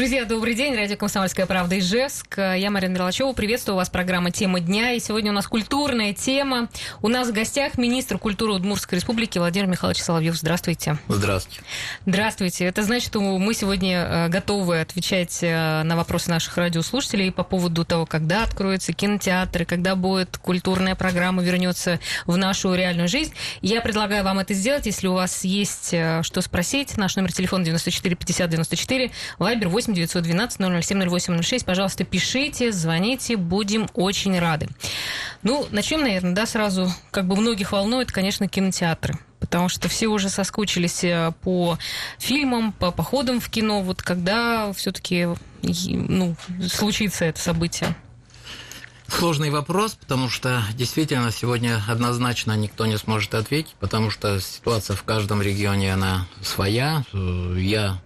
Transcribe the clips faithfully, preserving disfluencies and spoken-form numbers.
Друзья, добрый день. Радио «Комсомольская правда» Ижевск. Я Марина Мерлачева. Приветствую вас. Программа «Тема дня». И сегодня у нас культурная тема. У нас в гостях министр культуры Удмуртской республики Владимир Михайлович Соловьев. Здравствуйте. Здравствуйте. Здравствуйте. Это значит, что мы сегодня готовы отвечать на вопросы наших радиослушателей по поводу того, когда откроются кинотеатры, когда будет культурная программа, вернется в нашу реальную жизнь. Я предлагаю вам это сделать, если у вас есть что спросить. Наш номер телефона девяносто четыре пятьдесят девяносто четыре, вайбер восемь девятьсот двенадцать ноль ноль семь ноль восемь ноль шесть. Пожалуйста, пишите, звоните, будем очень рады. Ну, начнем, наверное, да, сразу. Как бы многих волнует, конечно, кинотеатры. Потому что все уже соскучились по фильмам, по походам в кино. Вот когда все-таки, ну, случится это событие? Сложный вопрос, потому что действительно сегодня однозначно никто не сможет ответить, потому что ситуация в каждом регионе, она своя. Я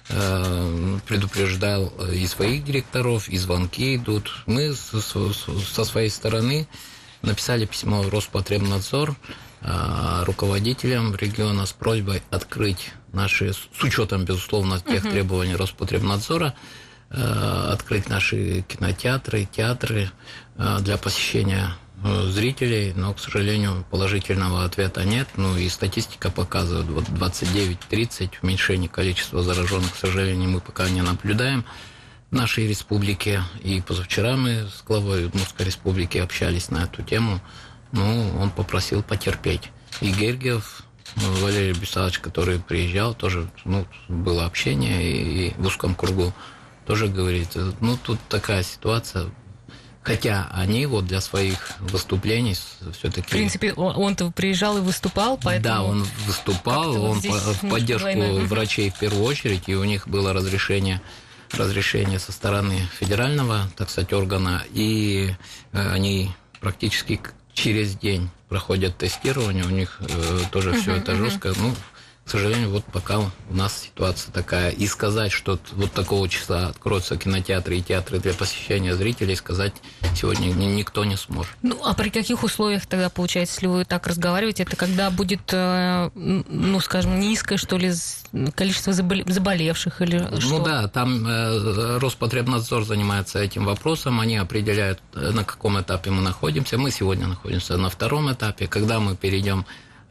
предупреждал и своих директоров, и звонки идут. Мы со своей стороны написали письмо в Роспотребнадзор руководителям региона с просьбой открыть наши, с учетом, безусловно, тех uh-huh. требований Роспотребнадзора, открыть наши кинотеатры, театры для посещения зрителей, но, к сожалению, положительного ответа нет. Ну и статистика показывает, вот двадцать девять тридцать, уменьшение количества зараженных, к сожалению, мы пока не наблюдаем в нашей республике. И позавчера мы с главой Удмуртской республики общались на эту тему. Ну, он попросил потерпеть. И Гергиев Валерий Бесалович, который приезжал, тоже, ну, было общение, и, и в узком кругу тоже говорит, ну, тут такая ситуация. Хотя они вот для своих выступлений все-таки... В принципе, он-то приезжал и выступал, поэтому... Да, он выступал, он в поддержку войны. Врачей в первую очередь, и у них было разрешение, разрешение со стороны федерального, так сказать, органа, и они практически через день проходят тестирование, у них тоже все это жестко, ну... К сожалению, вот пока у нас ситуация такая. И сказать, что вот такого числа откроются кинотеатры и театры для посещения зрителей, сказать сегодня никто не сможет. Ну, а при каких условиях тогда, получается, если вы так разговариваете, это когда будет, ну, скажем, низкое, что ли, количество заболевших или что? Ну да, там Роспотребнадзор занимается этим вопросом, они определяют, на каком этапе мы находимся. Мы сегодня находимся на втором этапе, когда мы перейдем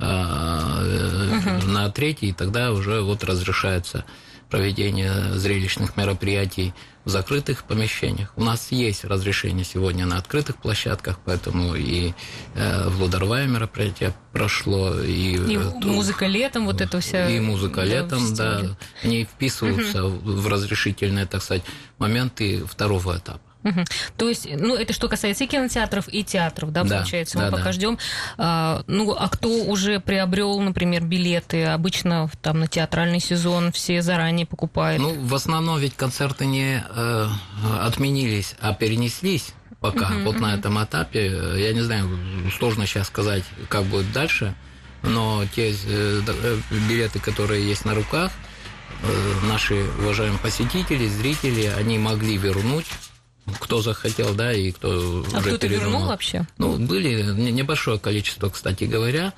Uh-huh. на третий, тогда уже вот разрешается проведение зрелищных мероприятий в закрытых помещениях. У нас есть разрешение сегодня на открытых площадках, поэтому и в Лударвае мероприятие прошло, и, и музыка летом, вот это вся... И музыка летом, да, они вписываются uh-huh. в разрешительные, так сказать, моменты второго этапа. Угу. То есть, ну, это что касается и кинотеатров, и театров, да, да получается, да, мы пока да. ждем. А, ну, а кто уже приобрел, например, билеты? Обычно там на театральный сезон все заранее покупают. Ну, в основном ведь концерты не э, отменились, а перенеслись пока. Uh-huh, вот uh-huh. на этом этапе. Я не знаю, сложно сейчас сказать, как будет дальше, но те э, билеты, которые есть на руках, э, наши уважаемые посетители, зрители, они могли вернуть. Кто захотел, да, и кто а уже кто-то передумал. вернул вообще? Ну, были небольшое количество, кстати говоря,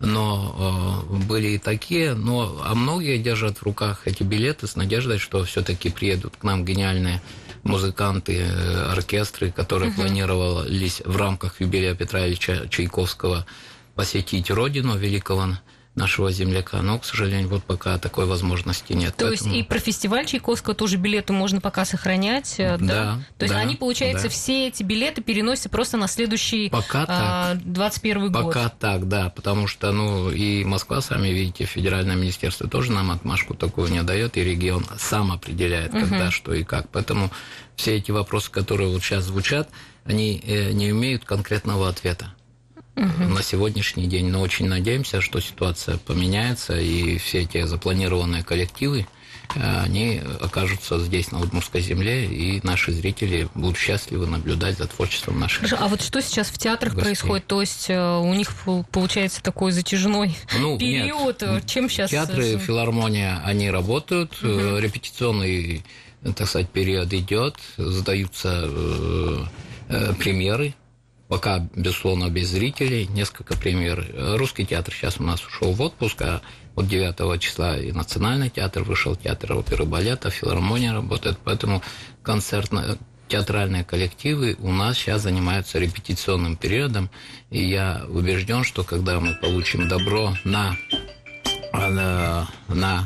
но э, были и такие, но а многие держат в руках эти билеты с надеждой, что все-таки приедут к нам гениальные музыканты, оркестры, которые uh-huh. планировались в рамках юбилея Петра Ильича Чайковского посетить родину великого нашего земляка, но, к сожалению, вот пока такой возможности нет. То Поэтому... есть и про фестиваль Чайковского тоже билеты можно пока сохранять, да? Да. То есть да, они, получается, да. все эти билеты переносятся просто на следующий пока а, двадцать первый год. Пока так, да, потому что, ну, и Москва, сами видите, федеральное министерство тоже нам отмашку такую не дает, и регион сам определяет, когда, uh-huh. что и как. Поэтому все эти вопросы, которые вот сейчас звучат, они не имеют конкретного ответа. Uh-huh. На сегодняшний день, но очень надеемся, что ситуация поменяется, и все эти запланированные коллективы, они окажутся здесь, на Удмуртской земле, и наши зрители будут счастливы наблюдать за творчеством наших Хорошо, а вот что сейчас в театрах гостей. происходит? То есть у них получается такой затяжной ну, период? Нет. Чем сейчас? Театры, филармония, они работают, uh-huh. репетиционный, так сказать, период идет, задаются премьеры. Пока, безусловно, без зрителей, несколько премьер. Русский театр сейчас у нас ушел в отпуск, а Вот девятого числа и Национальный театр вышел, театр оперы и балета, филармония работает, поэтому концертно театральные коллективы у нас сейчас занимаются репетиционным периодом, и я убежден, что когда мы получим добро на, на, на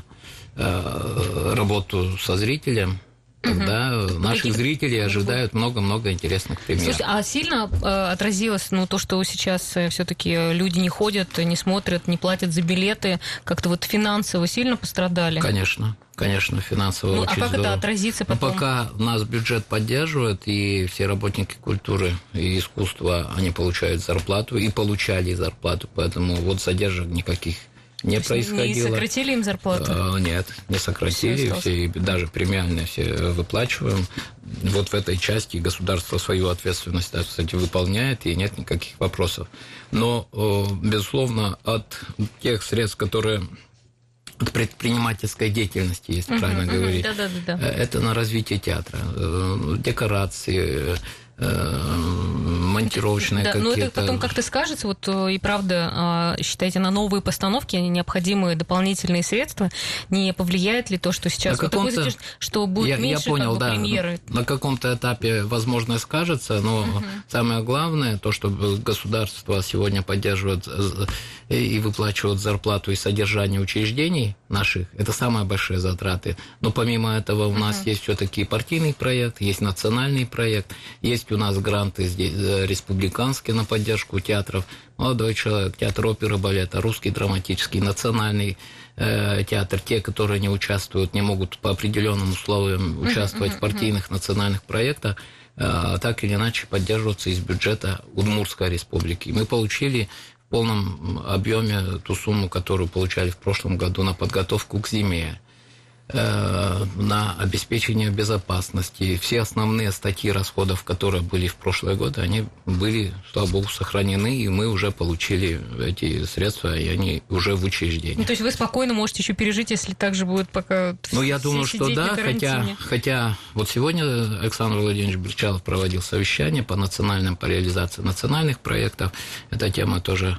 э, работу со зрителем, тогда угу. наших Какие... зрителей ожидают много-много интересных премьер. Слушайте, а сильно э, отразилось ну, то, что сейчас э, все-таки люди не ходят, не смотрят, не платят за билеты, как-то вот финансово сильно пострадали? Конечно. Конечно, финансово ну, очень а как здорово. это отразится потом? Но пока нас бюджет поддерживает, и все работники культуры и искусства, они получают зарплату, и получали зарплату, поэтому вот задержек никаких не То происходило. Не сократили им зарплату? А, нет, не сократили, все, все, даже премиальные все выплачиваем. Вот в этой части государство свою ответственность, так сказать, выполняет, и нет никаких вопросов. Но, безусловно, от тех средств, которые... от предпринимательской деятельности, если uh-huh, правильно uh-huh, говорить. Да, да, да, да. Это на развитие театра, декорации, монтировочные да, какие-то... Но это потом как-то скажется, вот и правда, считаете, на новые постановки необходимые дополнительные средства, не повлияет ли то, что сейчас вот такой, что будет я, меньше я понял, как бы, да, премьеры? На каком-то этапе, возможно, скажется, но угу. самое главное, то, что государство сегодня поддерживает и выплачивает зарплату и содержание учреждений наших, это самые большие затраты. Но помимо этого у угу. нас есть все-таки партийный проект, есть национальный проект, есть у нас гранты здесь, республиканские на поддержку театров. Молодой человек, театр оперы и балета, русский драматический, национальный э, театр. Те, которые не участвуют, не могут по определенным условиям участвовать uh-huh, uh-huh, в партийных uh-huh. национальных проектах, э, так или иначе поддерживаться из бюджета Удмуртской республики. Мы получили в полном объеме ту сумму, которую получали в прошлом году на подготовку к зиме, на обеспечение безопасности. Все основные статьи расходов, которые были в прошлые годы, они были, слава богу, сохранены, и мы уже получили эти средства, и они уже в учреждении. Ну, то есть вы спокойно можете еще пережить, если так же будет пока Ну, я думаю, что да, хотя, хотя вот сегодня Александр Владимирович Бричалов проводил совещание по национальным, по реализации национальных проектов. Эта тема тоже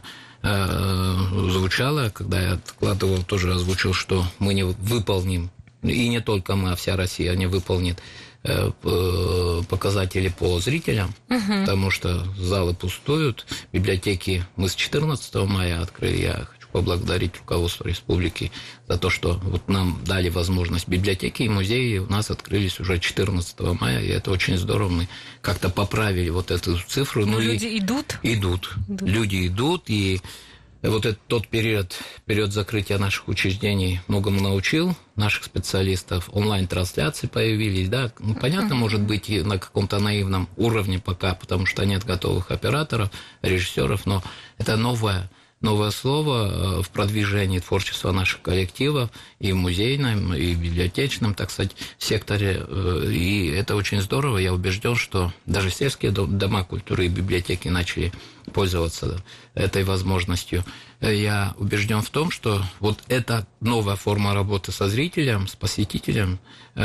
звучала, когда я откладывал, тоже озвучил, что мы не выполним, и не только мы, а вся Россия не выполнит показатели по зрителям, угу. потому что залы пустуют, библиотеки мы с четырнадцатого мая открыли, я хочу поблагодарить руководство республики за то, что вот нам дали возможность. Библиотеки и музеи у нас открылись уже четырнадцатого мая, и это очень здорово, мы как-то поправили вот эту цифру. Ну, люди и... идут? Идут. Идут. Люди идут, и вот этот тот период, период закрытия наших учреждений многому научил наших специалистов. Онлайн-трансляции появились, да. Ну, понятно, uh-huh. может быть, и на каком-то наивном уровне пока, потому что нет готовых операторов, режиссеров, но это новое, новое слово в продвижении творчества наших коллективов и в музейном, и в библиотечном, так сказать, секторе. И это очень здорово. Я убежден, что даже сельские дома культуры и библиотеки начали пользоваться этой возможностью. Я убежден в том, что вот эта новая форма работы со зрителем, с посетителем,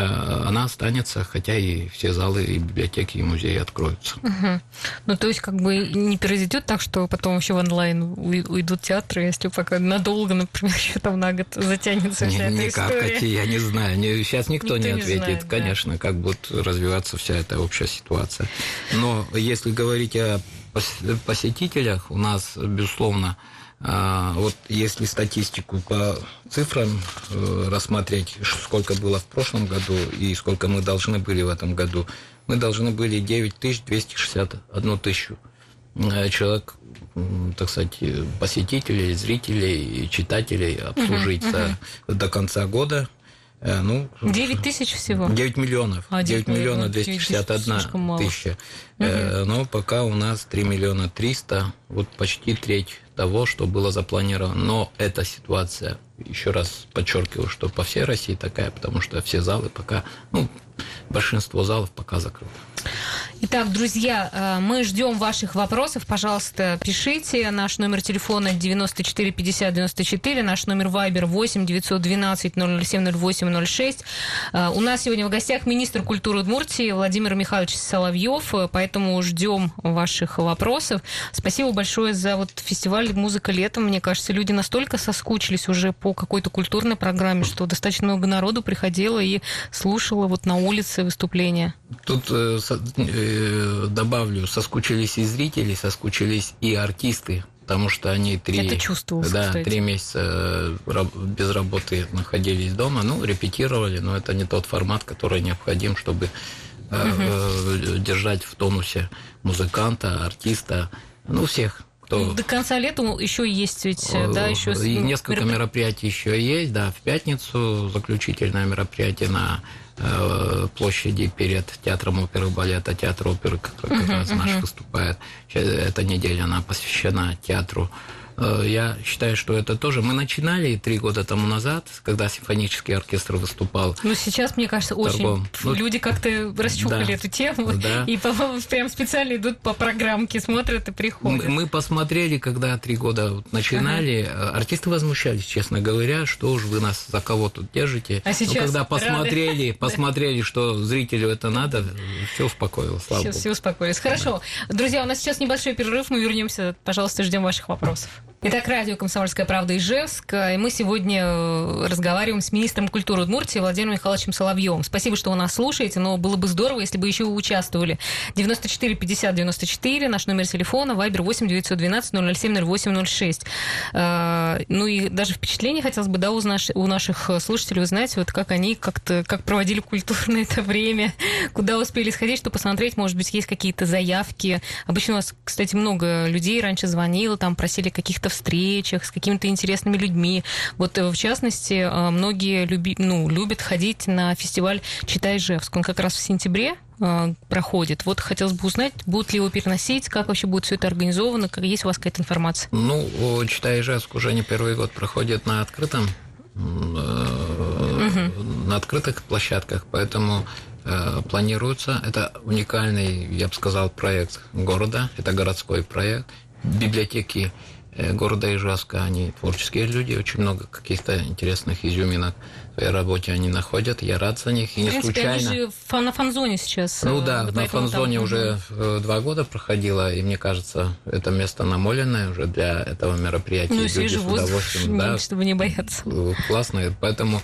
она останется, хотя и все залы, и библиотеки, и музеи откроются. Угу. Ну, то есть, как бы не произойдет так, что потом еще в онлайн уйдут театры, если пока надолго, например, еще там на год затянется вся эта история. Никак, я не знаю. Сейчас никто, никто не ответит, не знает, конечно, да. как будет развиваться вся эта общая ситуация. Но если говорить о посетителях, у нас, безусловно, вот если статистику по цифрам рассмотреть, сколько было в прошлом году и сколько мы должны были в этом году, мы должны были девять тысяч двести шестьдесят одну тысячу человек, так сказать, посетителей, зрителей, читателей обслужить uh-huh, uh-huh. до конца года. Ну, девять тысяч всего? девять миллионов. А, девять миллионов двести шестьдесят одна тысяча. Угу. Но пока у нас три миллиона триста, вот почти треть того, что было запланировано. Но эта ситуация, еще раз подчеркиваю, что по всей России такая, потому что все залы пока, ну, большинство залов пока закрыто. Итак, друзья, мы ждем ваших вопросов. Пожалуйста, пишите. Наш номер телефона девяносто четыре пятьдесят девяносто четыре, наш номер Вайбер восемь девятьсот двенадцать ноль ноль семь ноль восемь ноль шесть. У нас сегодня в гостях министр культуры Удмуртии Владимир Михайлович Соловьев, поэтому ждем ваших вопросов. Спасибо большое за вот фестиваль «Музыка летом». Мне кажется, люди настолько соскучились уже по какой-то культурной программе, что достаточно много народу приходило и слушало вот на улице выступления. Тут э, э, добавлю, соскучились и зрители, соскучились и артисты, потому что они три, да, три месяца без работы находились дома, ну, репетировали, но это не тот формат, который необходим, чтобы э, держать в тонусе музыканта, артиста, ну, всех. Кто... До конца лета еще есть ведь, да, еще... И несколько мероприятий еще есть, да, в пятницу заключительное мероприятие на площади перед театром оперы и балета, театр оперы как, как uh-huh, раз uh-huh. наш выступает. Эта неделя она посвящена театру. Я считаю, что это тоже... Мы начинали три года тому назад, когда симфонический оркестр выступал. Ну, сейчас, мне кажется, очень... Ну, люди как-то расчухали да, эту тему, да. и прям специально идут по программке, смотрят и приходят. Мы, мы посмотрели, когда три года начинали, ага. артисты возмущались, честно говоря, что уж вы нас за кого тут держите. А сейчас Но когда посмотрели, рады. посмотрели, что зрителю это надо, все успокоилось, слава Богу. Все успокоились. Хорошо. Да. Друзья, у нас сейчас небольшой перерыв, мы вернемся. Пожалуйста, ждем ваших вопросов. Итак, радио «Комсомольская правда» Ижевск, и мы сегодня разговариваем с министром культуры Удмуртии Владимиром Михайловичем Соловьевым. Спасибо, что вы нас слушаете, но было бы здорово, если бы еще вы участвовали. девяносто четыре пятьдесят девяносто четыре, наш номер телефона, Вайбер восемь девятьсот двенадцать ноль ноль семь ноль восемь ноль шесть. Ну и даже впечатление хотелось бы, да, у наших слушателей узнать, вот как они как-то, как проводили культурное это время, куда успели сходить, что посмотреть, может быть, есть какие-то заявки. Обычно у нас, кстати, много людей раньше звонило, там просили каких-то встречах с какими-то интересными людьми. Вот, в частности, многие люби, ну, любят ходить на фестиваль «Читай Ижевск». Он как раз в сентябре э, проходит. Вот хотелось бы узнать, будут ли его переносить, как вообще будет все это организовано, как есть у вас какая-то информация? Ну, «Читай Ижевск» уже не первый год проходит на открытом, э, угу. на открытых площадках, поэтому э, планируется. Это уникальный, я бы сказал, проект города, это городской проект. Библиотеки города Ижевска, они творческие люди, очень много каких-то интересных изюминок в своей работе они находят, я рад за них, и не в принципе, случайно... они же на фан-зоне сейчас. Ну да, на фан-зоне там... уже два года проходило, и мне кажется, это место намоленное уже для этого мероприятия. Ну, свежий воздух, да, чтобы не бояться. Классно, поэтому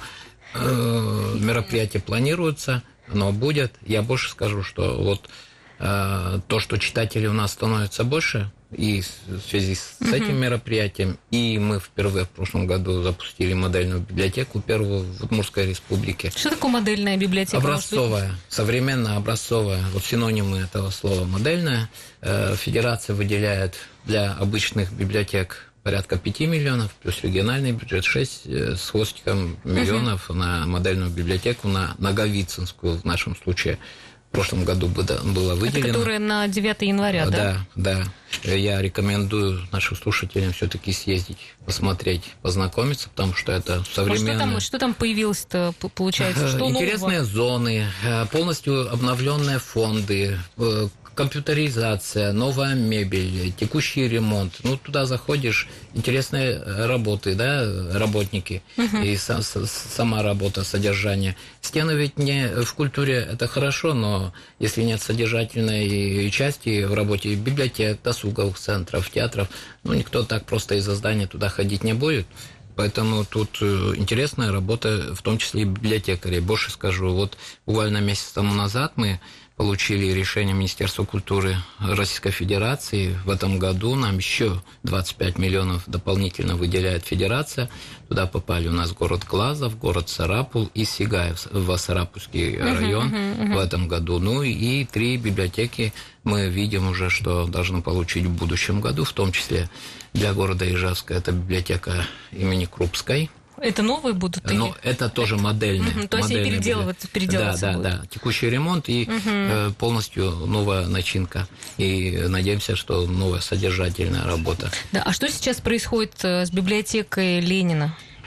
э, мероприятие планируется, оно будет. Я больше скажу, что вот э, то, что читателей у нас становится больше, и в связи с uh-huh. этим мероприятием, и мы впервые в прошлом году запустили модельную библиотеку, первую в Удмуртской республике. Что такое модельная библиотека? Образцовая, современная образцовая. Вот синонимы этого слова модельная. Федерация выделяет для обычных библиотек порядка пяти миллионов, плюс региональный бюджет шесть с хвостиком миллионов uh-huh. на модельную библиотеку, на Наговицинскую в нашем случае. В прошлом году было выделено. Это которая на девятое января, да? Да, да. Я рекомендую нашим слушателям все-таки съездить, посмотреть, познакомиться, потому что это современное... А что там, что там появилось-то, получается? Что интересные нового? Зоны, полностью обновленные фонды, компьютеризация, новая мебель, текущий ремонт. Ну, туда заходишь, интересные работы, да, работники, uh-huh. и сам, сама работа, содержание. Стены ведь не в культуре, это хорошо, но если нет содержательной части в работе библиотек, досуговых центров, театров, ну, никто так просто из-за здания туда ходить не будет. Поэтому тут интересная работа, в том числе и библиотекарей. Больше скажу, вот буквально месяц тому назад мы получили решение Министерства культуры Российской Федерации. В этом году нам еще двадцать пять миллионов дополнительно выделяет Федерация. Туда попали у нас город Глазов, город Сарапул и Сигаев, Сарапульский район uh-huh, uh-huh. в этом году. Ну и три библиотеки мы видим уже, что должны получить в будущем году, в том числе для города Ижевска. Это библиотека имени Крупской. Это новые будут? Но или... это тоже модельные. Угу, то есть они переделываться, переделываться Да, да, будут. да. Текущий ремонт и угу. э, полностью новая начинка. И надеемся, что новая содержательная работа. Да, а что сейчас происходит с библиотекой Ленина?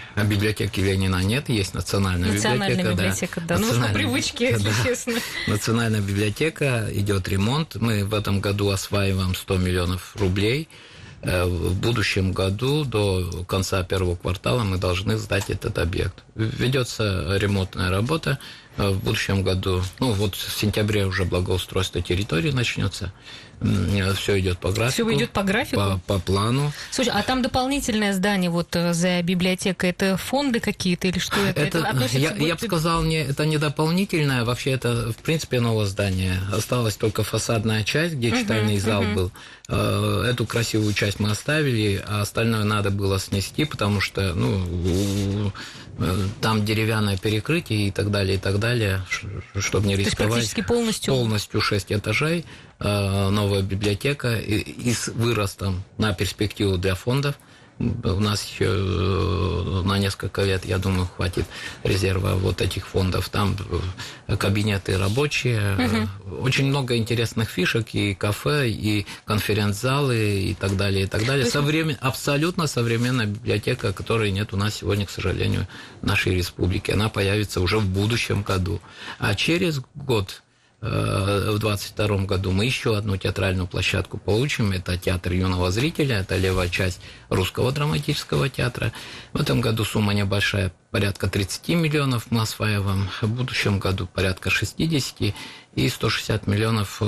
А библиотеки Ленина нет, есть национальная, национальная библиотека. библиотека, да. да. Ну, по привычке, если да. честно. Национальная библиотека, идет ремонт. Мы в этом году осваиваем сто миллионов рублей. В будущем году, до конца первого квартала, мы должны сдать этот объект. Ведется ремонтная работа. В будущем году, ну вот в сентябре уже благоустройство территории начнется. Все идет по графику. Все идет по графику? По, по плану. Слушай, а там дополнительное здание вот за библиотекой, это фонды какие-то или что это? это, это я я бы сказал, не, это не дополнительное, вообще это в принципе новое здание. Осталась только фасадная часть, где читальный uh-huh, зал uh-huh. был. Эту красивую часть мы оставили, а остальное надо было снести, потому что ну, там деревянное перекрытие и так далее, и так далее, чтобы не рисковать. То есть практически полностью? Полностью шесть этажей, новая библиотека и с выростом на перспективу для фондов. У нас еще на несколько лет, я думаю, хватит резерва вот этих фондов. Там кабинеты рабочие, угу. очень много интересных фишек, и кафе, и конференц-залы, и так далее, и так далее. Современ... Абсолютно современная библиотека, которой нет у нас сегодня, к сожалению, в нашей республике. Она появится уже в будущем году. А через год, в двадцать втором году, мы еще одну театральную площадку получим. Это театр юного зрителя, это левая часть Русского драматического театра. В этом году сумма небольшая, порядка тридцать миллионов мы осваиваем. В будущем году порядка шестьдесят и сто шестьдесят миллионов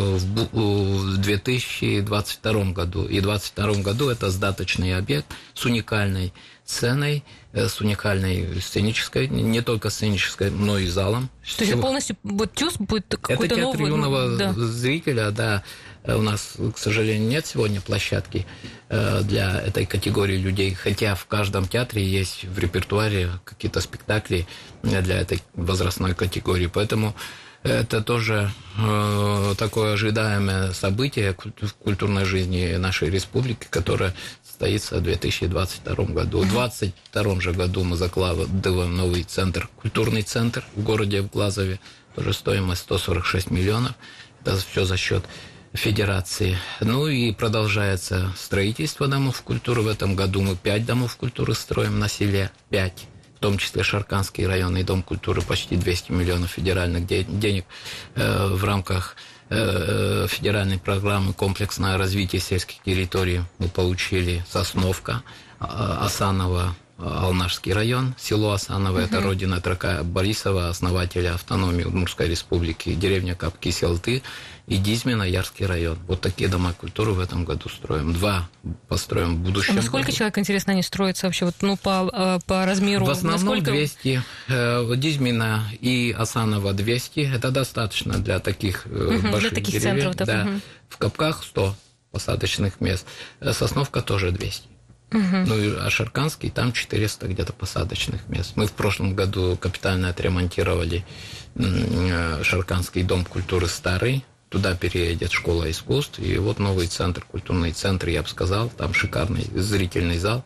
в две тысячи двадцать втором году. И в двадцать втором году это сдаточный объект с уникальной сценой, с уникальной сценической, не только сценической, но и залом. То есть полностью вот ТЮЗ будет какой-то новый... Это театр юного да. зрителя, да. У нас, к сожалению, нет сегодня площадки для этой категории людей, хотя в каждом театре есть в репертуаре какие-то спектакли для этой возрастной категории, поэтому это тоже э, такое ожидаемое событие в культурной жизни нашей республики, которое состоится в две тысячи двадцать втором году. В две тысячи двадцать втором же году мы закладываем новый центр, культурный центр в городе в Глазове, тоже стоимость сто сорок шесть миллионов. Это все за счет федерации. Ну и продолжается строительство домов культуры. В этом году мы пять домов культуры строим на селе, пять. В том числе Шарканский районный дом культуры, почти двести миллионов федеральных денег э, в рамках э, федеральной программы «Комплексное развитие сельских территорий» мы получили. Сосновка, Асаново, Алнашский район, село Асаново, uh-huh. это родина Трока Борисова, основателя автономии Удмуртской республики, деревня Капки-Селты и Дизмина, Ярский район. Вот такие дома культуры в этом году строим. Два построим в будущем. А сколько году. человек, интересно, они строятся вообще вот, ну, по, по размеру? В основном насколько... двести. Дизмина и Асаново двести. Это достаточно для таких uh-huh, больших для таких деревень. Центров, да. Uh-huh. В Капках сто посадочных мест. Сосновка тоже двести. Uh-huh. Ну, а Шарканский, там четыреста где-то посадочных мест. Мы в прошлом году капитально отремонтировали Шарканский дом культуры старый. Туда переедет школа искусств. И вот новый центр, культурный центр, я бы сказал, там шикарный зрительный зал.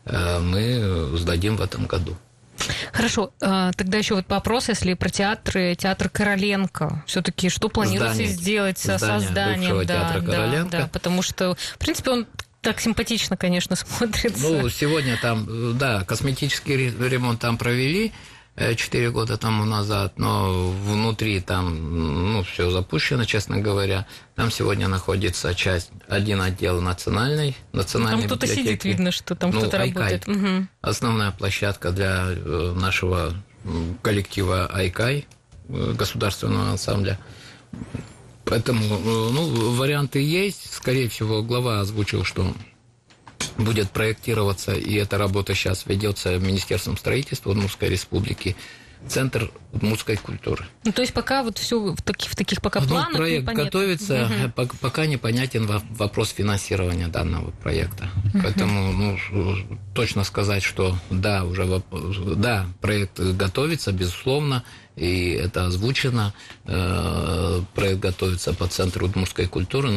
Мы сдадим в этом году. Хорошо, тогда еще вот вопрос, если про театры, театр Короленко, все-таки что планируется Здание, сделать со здание созданием? бывшего да, театра да, Короленко. Да, потому что, в принципе, он так симпатично, конечно, смотрится. Ну, сегодня там, да, косметический ремонт там провели четыре года тому назад, но внутри там, ну, все запущено, честно говоря. Там сегодня находится часть, один отдел национальной, национальной там кто-то библиотеки. Сидит, видно, что там ну, кто-то Айкай. работает. Угу. Основная площадка для нашего коллектива Айкай, государственного ансамбля. Поэтому, ну, варианты есть. Скорее всего, глава озвучил, что будет проектироваться, и эта работа сейчас ведется Министерством строительства Удмуртской республики, Центр удмуртской культуры. Ну, то есть пока вот все в таких, в таких пока ну, планах проект непонятно. готовится, угу. пока непонятен вопрос финансирования данного проекта. Угу. Поэтому ну, точно сказать, что да, уже да, проект готовится, безусловно, и это озвучено. Проект готовится по Центру удмуртской культуры, но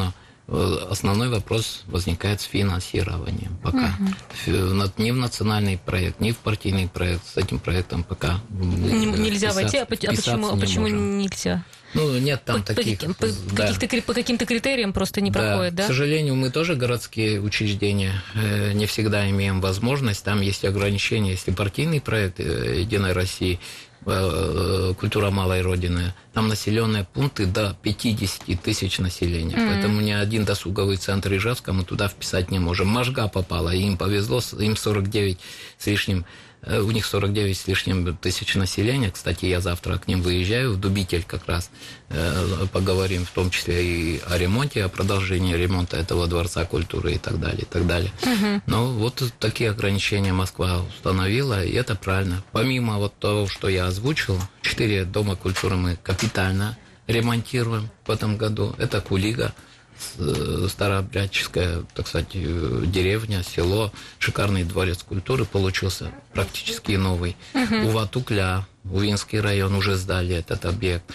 основной вопрос возникает с финансированием пока. Угу. Ни в национальный проект, ни в партийный проект с этим проектом пока нельзя вписаться, войти. А почему, а почему нельзя? Ну, нет там по, таких... По, да. по каким-то критериям просто не да. проходит, да? К сожалению, мы тоже городские учреждения не всегда имеем возможность. Там есть ограничения. Если партийный проект «Единой России», «Культура малой Родины», там населенные пункты до пятьдесят тысяч населения. Mm-hmm. Поэтому ни один досуговый центр Ижевска мы туда вписать не можем. Можга попала, им повезло, им сорок девять с лишним, у них сорок девять с лишним тысяч населения. Кстати, я завтра к ним выезжаю, в Дубитель как раз. Поговорим в том числе и о ремонте, о продолжении ремонта этого Дворца культуры и так далее, и так далее. Uh-huh. Но вот такие ограничения Москва установила, и это правильно. Помимо вот того, что я озвучил, четыре дома культуры мы капитально ремонтируем в этом году. Это Кулига, старообрядческая, так сказать, деревня, село, шикарный дворец культуры получился, практически новый. Uh-huh. Уватукля, Увинский район, уже сдали этот объект.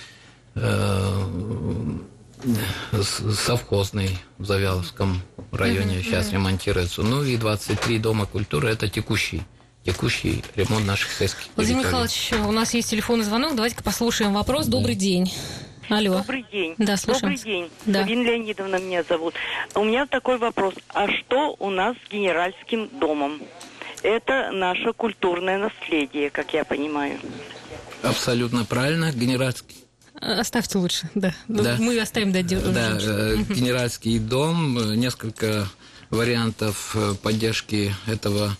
Совхозный в Завьяловском районе uh-huh. сейчас ремонтируется. Ну и двадцать три дома культуры – это текущий. Текущий ремонт наших сельских территорий. Владимир Михайлович, у нас есть телефонный звонок. Давайте-ка послушаем вопрос. Да. Добрый день. Алло. Добрый день. Да, слушаем. Добрый день. Да. Галина Леонидовна меня зовут. У меня такой вопрос. А что у нас с Генеральским домом? Это наше культурное наследие, как я понимаю. Абсолютно правильно. Генеральский... Оставьте лучше, да. да. Мы оставим до отдела. Да, Генеральский дом, несколько вариантов поддержки этого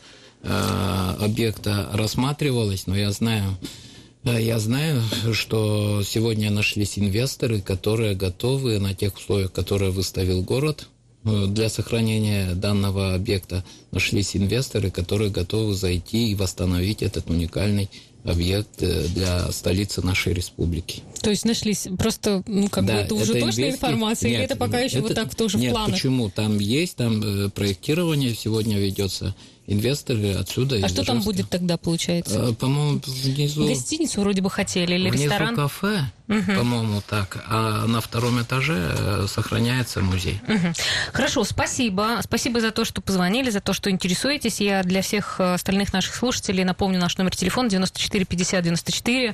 э, объекта рассматривалось, но я знаю, я знаю, что сегодня нашлись инвесторы, которые готовы на тех условиях, которые выставил город, для сохранения данного объекта. Нашлись инвесторы, которые готовы зайти и восстановить этот уникальный объект для столицы нашей республики. То есть нашлись просто, ну, как да, бы это уже это точная инвестор... информация, нет, или это пока еще это... вот так тоже нет, в планах? Нет, почему? Там есть, там проектирование сегодня ведется. Инвесторы отсюда. А что там будет тогда, получается? По-моему, внизу... Гостиницу вроде бы хотели, или внизу ресторан? Внизу кафе, угу. по-моему, так. А на втором этаже сохраняется музей. Угу. Хорошо, спасибо. Спасибо за то, что позвонили, за то, что интересуетесь. Я для всех остальных наших слушателей напомню наш номер телефона девяносто четыре пятьдесят девяносто четыре.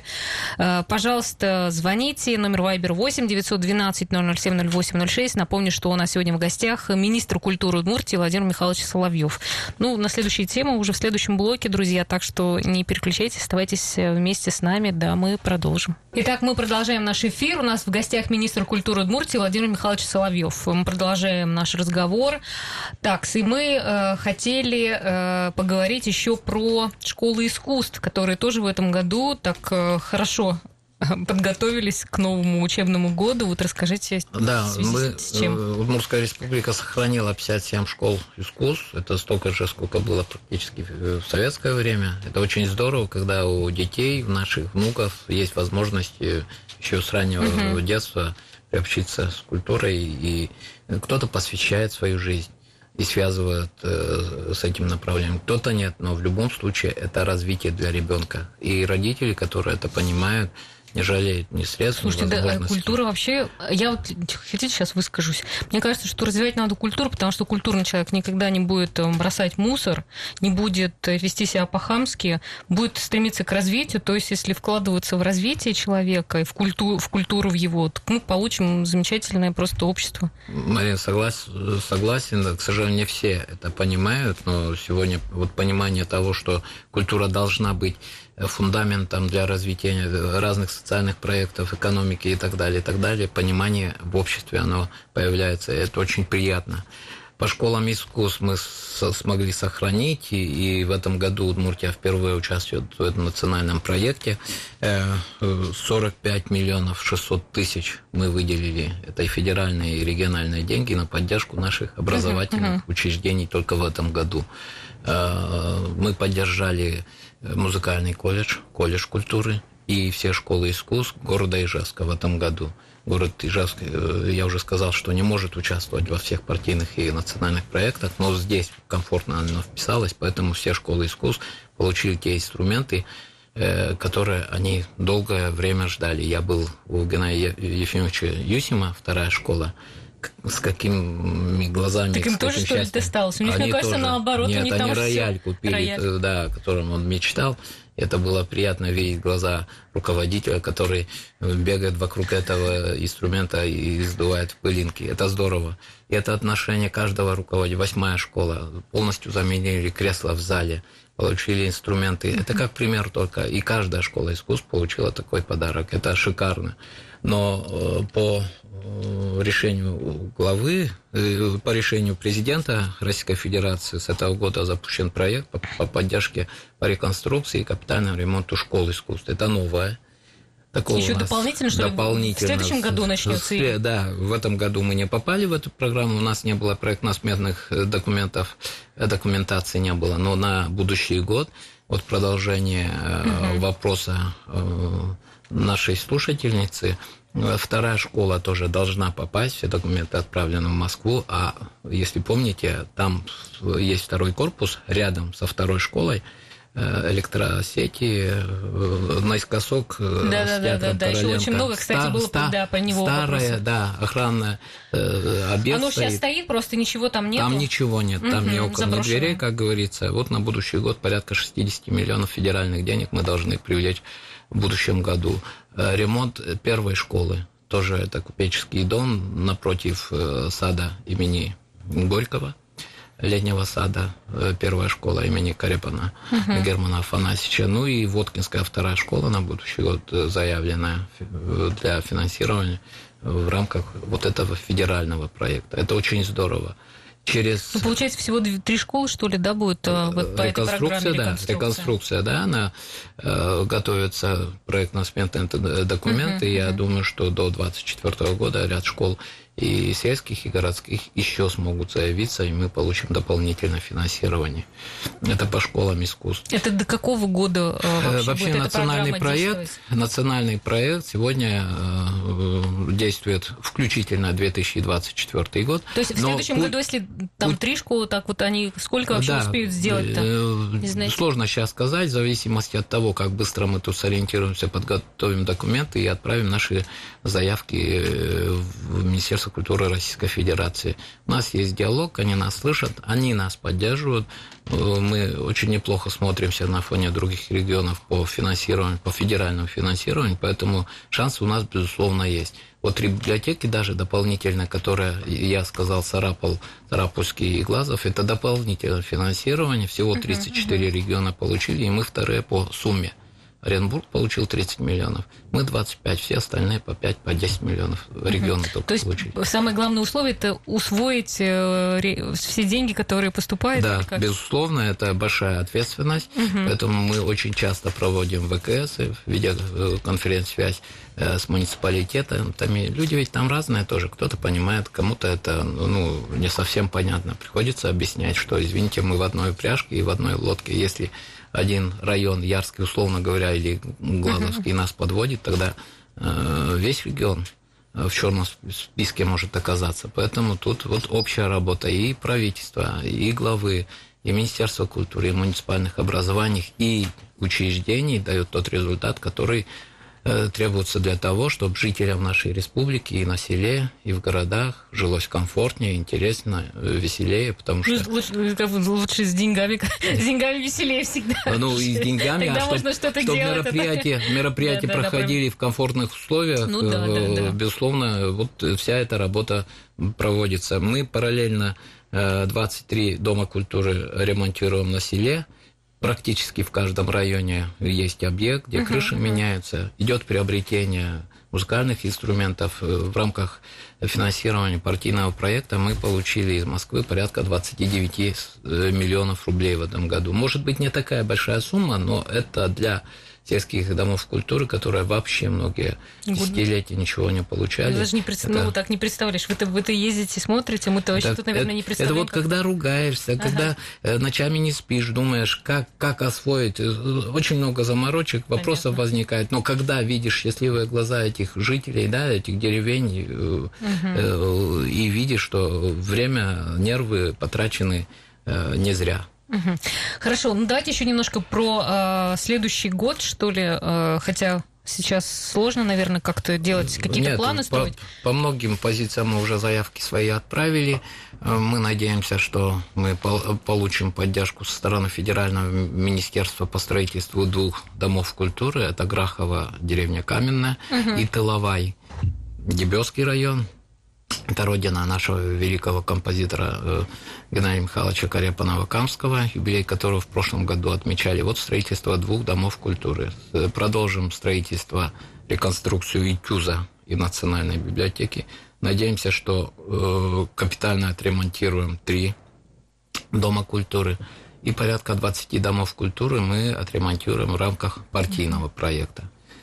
Пожалуйста, звоните. Номер Вайбер восемь девятьсот двенадцать ноль ноль семь ноль восемь ноль шесть. Напомню, что у нас сегодня в гостях министр культуры Удмуртии Владимир Михайлович Соловьев. Ну, на следующая тема уже в следующем блоке, друзья, так что не переключайтесь, оставайтесь вместе с нами, да, мы продолжим. Итак, мы продолжаем наш эфир. У нас в гостях министр культуры Удмуртии Владимир Михайлович Соловьев. Мы продолжаем наш разговор. Так, и мы э, хотели э, поговорить еще про школы искусств, которые тоже в этом году так э, хорошо подготовились к новому учебному году. Вот расскажите, да, в связи мы, с чем. Удмуртская республика сохранила пятьдесят семь школ искусств. Это столько же, сколько было практически в советское время. Это очень здорово, когда у детей, у наших внуков есть возможность еще с раннего uh-huh. детства приобщиться с культурой, и кто-то посвящает свою жизнь и связывает э, с этим направлением. Кто-то нет, но в любом случае это развитие для ребенка. И родители, которые это понимают, не жалеют ни средств, ни возможностей. Слушайте, да, культура вообще... Я вот, хотите, сейчас выскажусь. Мне кажется, что развивать надо культуру, потому что культурный человек никогда не будет бросать мусор, не будет вести себя по-хамски, будет стремиться к развитию. То есть, если вкладываться в развитие человека и в культуру, в культуру в его, то мы получим замечательное просто общество. Марина, согласен, согласен. К сожалению, не все это понимают, но сегодня вот понимание того, что культура должна быть фундаментом для развития разных социальных проектов, экономики и так далее, и так далее, понимание в обществе, оно появляется, и это очень приятно. По школам искусств мы смогли сохранить, и, и в этом году Удмуртия впервые участвует в этом национальном проекте. сорок пять миллионов шестьсот тысяч мы выделили, это и федеральные, и региональные деньги на поддержку наших образовательных uh-huh, uh-huh. учреждений только в этом году. Мы поддержали музыкальный колледж, колледж культуры и все школы искусств города Ижевска в этом году. Город Ижевск, я уже сказал, что не может участвовать во всех партийных и национальных проектах, но здесь комфортно оно вписалось, поэтому все школы искусств получили те инструменты, которые они долгое время ждали. Я был у Геннадия Ефимовича Юсима, вторая школа, с какими глазами. Так им тоже, что ли, досталось? У них, мне кажется, наоборот, Нет, у них они там рояль всё. купили, Рояль. да, о котором он мечтал. Это было приятно видеть глаза руководителя, который бегает вокруг этого инструмента и сдувает пылинки. Это здорово. И это отношение каждого руководителя. Восьмая школа. Полностью заменили кресла в зале, получили инструменты. Это как пример только. И каждая школа искусств получила такой подарок. Это шикарно. Но по решению главы, по решению президента Российской Федерации с этого года запущен проект по поддержке, по реконструкции и капитальному ремонту школ искусств. Это новое. Такого Еще дополнительно, что ли, в следующем году начнется? Или... Да, в этом году мы не попали в эту программу, у нас не было проектно-сметных документов, документации не было, но на будущий год, вот продолжение угу. вопроса нашей слушательницы, вторая школа тоже должна попасть, все документы отправлены в Москву, а если помните, там есть второй корпус рядом со второй школой, электросети, наискосок да, с да, театром да, да, Короленко. Еще очень много, кстати, Стар, было ста, да, по него старое, вопросов. да, охранное э, объект. Оно стоит. Сейчас стоит, просто ничего там нет. Там ничего нет, там угу, ни окон, ни дверей, как говорится. Вот на будущий год порядка шестьдесят миллионов федеральных денег мы должны привлечь в будущем году. Ремонт первой школы, тоже это купеческий дом напротив сада имени Горького, летнего сада, первая школа имени Карепана, uh-huh. Германа Афанасьевича, ну и Воткинская вторая школа на будущий год заявленная для финансирования в рамках вот этого федерального проекта. Это очень здорово. Через... Ну, получается, всего три школы, что ли, да, будет вот по этой программе да, реконструкция? Реконструкция, да, она э, готовится проектно-сметные документы. Uh-huh, Я uh-huh. думаю, что до двадцать четвёртого года ряд школ и сельских, и городских еще смогут заявиться, и мы получим дополнительное финансирование. Это по школам искусств. Это до какого года вообще, вообще будет национальный эта проект, национальный проект сегодня действует включительно две тысячи двадцать четвёртый год. То есть в следующем году, если там три школы, так вот они сколько вообще да, успеют сделать-то? Сложно сейчас сказать, в зависимости от того, как быстро мы тут сориентируемся, подготовим документы и отправим наши заявки в Министерство культуры Российской Федерации. У нас есть диалог, они нас слышат, они нас поддерживают. Мы очень неплохо смотримся на фоне других регионов по финансированию, по федеральному финансированию, поэтому шансы у нас, безусловно, есть. Вот библиотеки даже дополнительно, которые, я сказал, Сарапул, Сарапульский и Глазов, это дополнительное финансирование, всего тридцать четыре uh-huh, uh-huh. региона получили, и мы вторые по сумме. Оренбург получил тридцать миллионов, мы двадцать пять, все остальные по пять, по десять миллионов регионы uh-huh. только То есть получили. Самое главное условие – это усвоить все деньги, которые поступают? Да, безусловно, это большая ответственность, uh-huh. поэтому мы очень часто проводим ВКС, видеоконференц-связь с муниципалитетом. Там и люди ведь там разные тоже, кто-то понимает, кому-то это ну, не совсем понятно. Приходится объяснять, что, извините, мы в одной упряжке и в одной лодке, если один район, Ярский, условно говоря, или Глазовский uh-huh. нас подводит, тогда э, весь регион в черном списке может оказаться. Поэтому тут вот общая работа и правительства, и главы, и Министерства культуры, и муниципальных образований, и учреждений дает тот результат, который требуется для того, чтобы жителям нашей республики и на селе, и в городах жилось комфортнее, интересно, веселее, потому что... Лучше, лучше с деньгами, с деньгами веселее всегда. Ну, и с деньгами, Тогда а можно чтобы, что-то чтобы делать. мероприятия, мероприятия да, проходили да, в комфортных условиях, ну, да, да, да. безусловно, вот вся эта работа проводится. Мы параллельно двадцать три дома культуры ремонтируем на селе. Практически в каждом районе есть объект, где uh-huh, крыши uh-huh. меняются, идет приобретение музыкальных инструментов. В рамках финансирования партийного проекта мы получили из Москвы порядка двадцать девять миллионов рублей в этом году. Может быть, не такая большая сумма, но это для сельских домов культуры, которые вообще многие десятилетия ничего не получали. Я даже не пред... это... ну, так не представляешь. Вы-то, вы-то ездите, смотрите, мы-то вообще это, тут, наверное, это, не представляем. Это вот как... когда ругаешься, ага. когда ночами не спишь, думаешь, как, как освоить. Очень много заморочек, вопросов Понятно. возникает. Но когда видишь счастливые глаза этих жителей, да, этих деревень, угу. и видишь, что время, нервы потрачены не зря. Угу. Хорошо, ну давайте еще немножко про э, следующий год, что ли, э, хотя Сейчас сложно, наверное, как-то делать, какие-то Нет, планы строить? По, по многим позициям мы уже заявки свои отправили. Мы надеемся, что мы получим поддержку со стороны Федерального министерства по строительству двух домов культуры. Это Грахово, деревня Каменная, угу. и Тыловай, Дебёцкий район. Это родина нашего великого композитора Геннадия Михайловича Карепанова-Камского, юбилей которого в прошлом году отмечали. Вот строительство двух домов культуры. Продолжим строительство, реконструкцию ИТЮЗа и Национальной библиотеки. Надеемся, что капитально отремонтируем три дома культуры. И порядка двадцати домов культуры мы отремонтируем в рамках партийного проекта.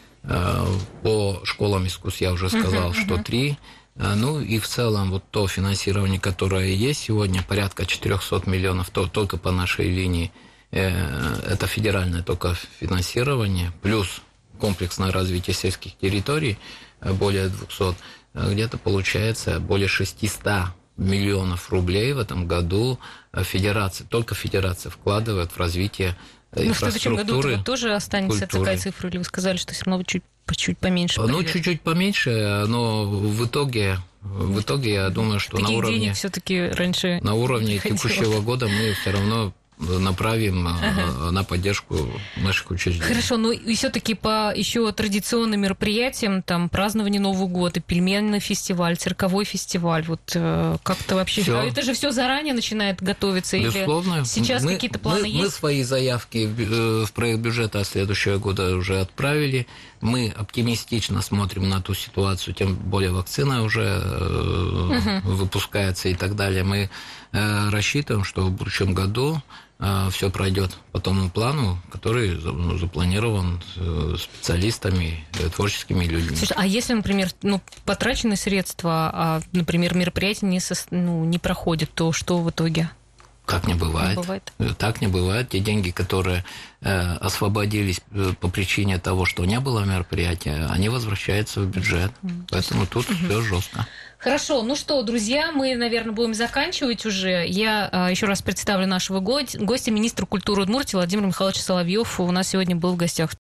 По школам искусств я уже сказал, uh-huh, что uh-huh. три. Ну и в целом вот то финансирование, которое есть сегодня, порядка четырехсот миллионов, то, только по нашей линии, это федеральное только финансирование, плюс комплексное развитие сельских территорий, более двухсот, где-то получается более шестисот миллионов рублей в этом году федерация, только федерация вкладывает в развитие инфраструктуры. Ну, в следующем году тоже останется культуры. Такая цифра, или вы сказали, что все равно чуть чуть поменьше? Ну, пойдет? Чуть-чуть поменьше, но в итоге, в итоге я думаю, что таких на уровне, денег все-таки раньше на уровне текущего года мы все равно направим ага. на поддержку наших учреждений. Хорошо, ну и все-таки по еще традиционным мероприятиям, там празднование Нового года, пельменный фестиваль, цирковой фестиваль, вот как-то вообще... Всё. Это же все заранее начинает готовиться? Безусловно. Или сейчас мы, какие-то планы мы, есть? Мы свои заявки в проект бюджета следующего года уже отправили. Мы оптимистично смотрим на ту ситуацию, тем более вакцина уже угу. выпускается и так далее. Мы рассчитываем, что в будущем году все пройдет по тому плану, который запланирован специалистами, творческими людьми. Слушай, а если, например, ну, потраченные средства, а, например, мероприятие не, со, ну, не проходит, то что в итоге? Так не бывает. не бывает. Так не бывает. Те деньги, которые э, освободились по причине того, что не было мероприятия, они возвращаются в бюджет. Mm-hmm. Поэтому тут mm-hmm. все жестко. Хорошо, ну что, друзья, мы, наверное, будем заканчивать уже. Я а, еще раз представлю нашего го- гостя, министра культуры Удмуртии Владимир Михайлович Соловьев. У нас сегодня был в гостях